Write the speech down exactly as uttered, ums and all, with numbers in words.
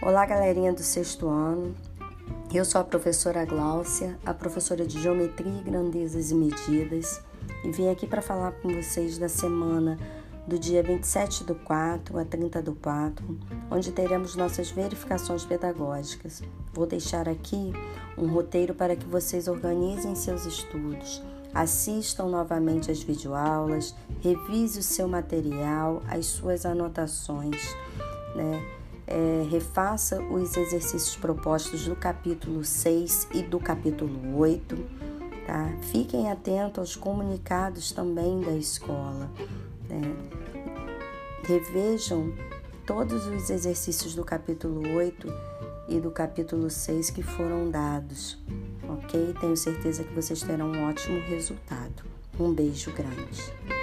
Olá, galerinha do sexto ano. Eu sou a professora Gláucia, a professora de Geometria, Grandezas e Medidas, e vim aqui para falar com vocês da semana do dia vinte e sete do quatro a trinta do quatro, onde teremos nossas verificações pedagógicas. Vou deixar aqui um roteiro para que vocês organizem seus estudos, assistam novamente às videoaulas, revise o seu material, as suas anotações, né? É, refaça os exercícios propostos do capítulo seis e do capítulo oito, tá? Fiquem atentos aos comunicados também da escola, né? Revejam todos os exercícios do capítulo oito e do capítulo seis que foram dados, ok? Tenho certeza que vocês terão um ótimo resultado. Um beijo grande.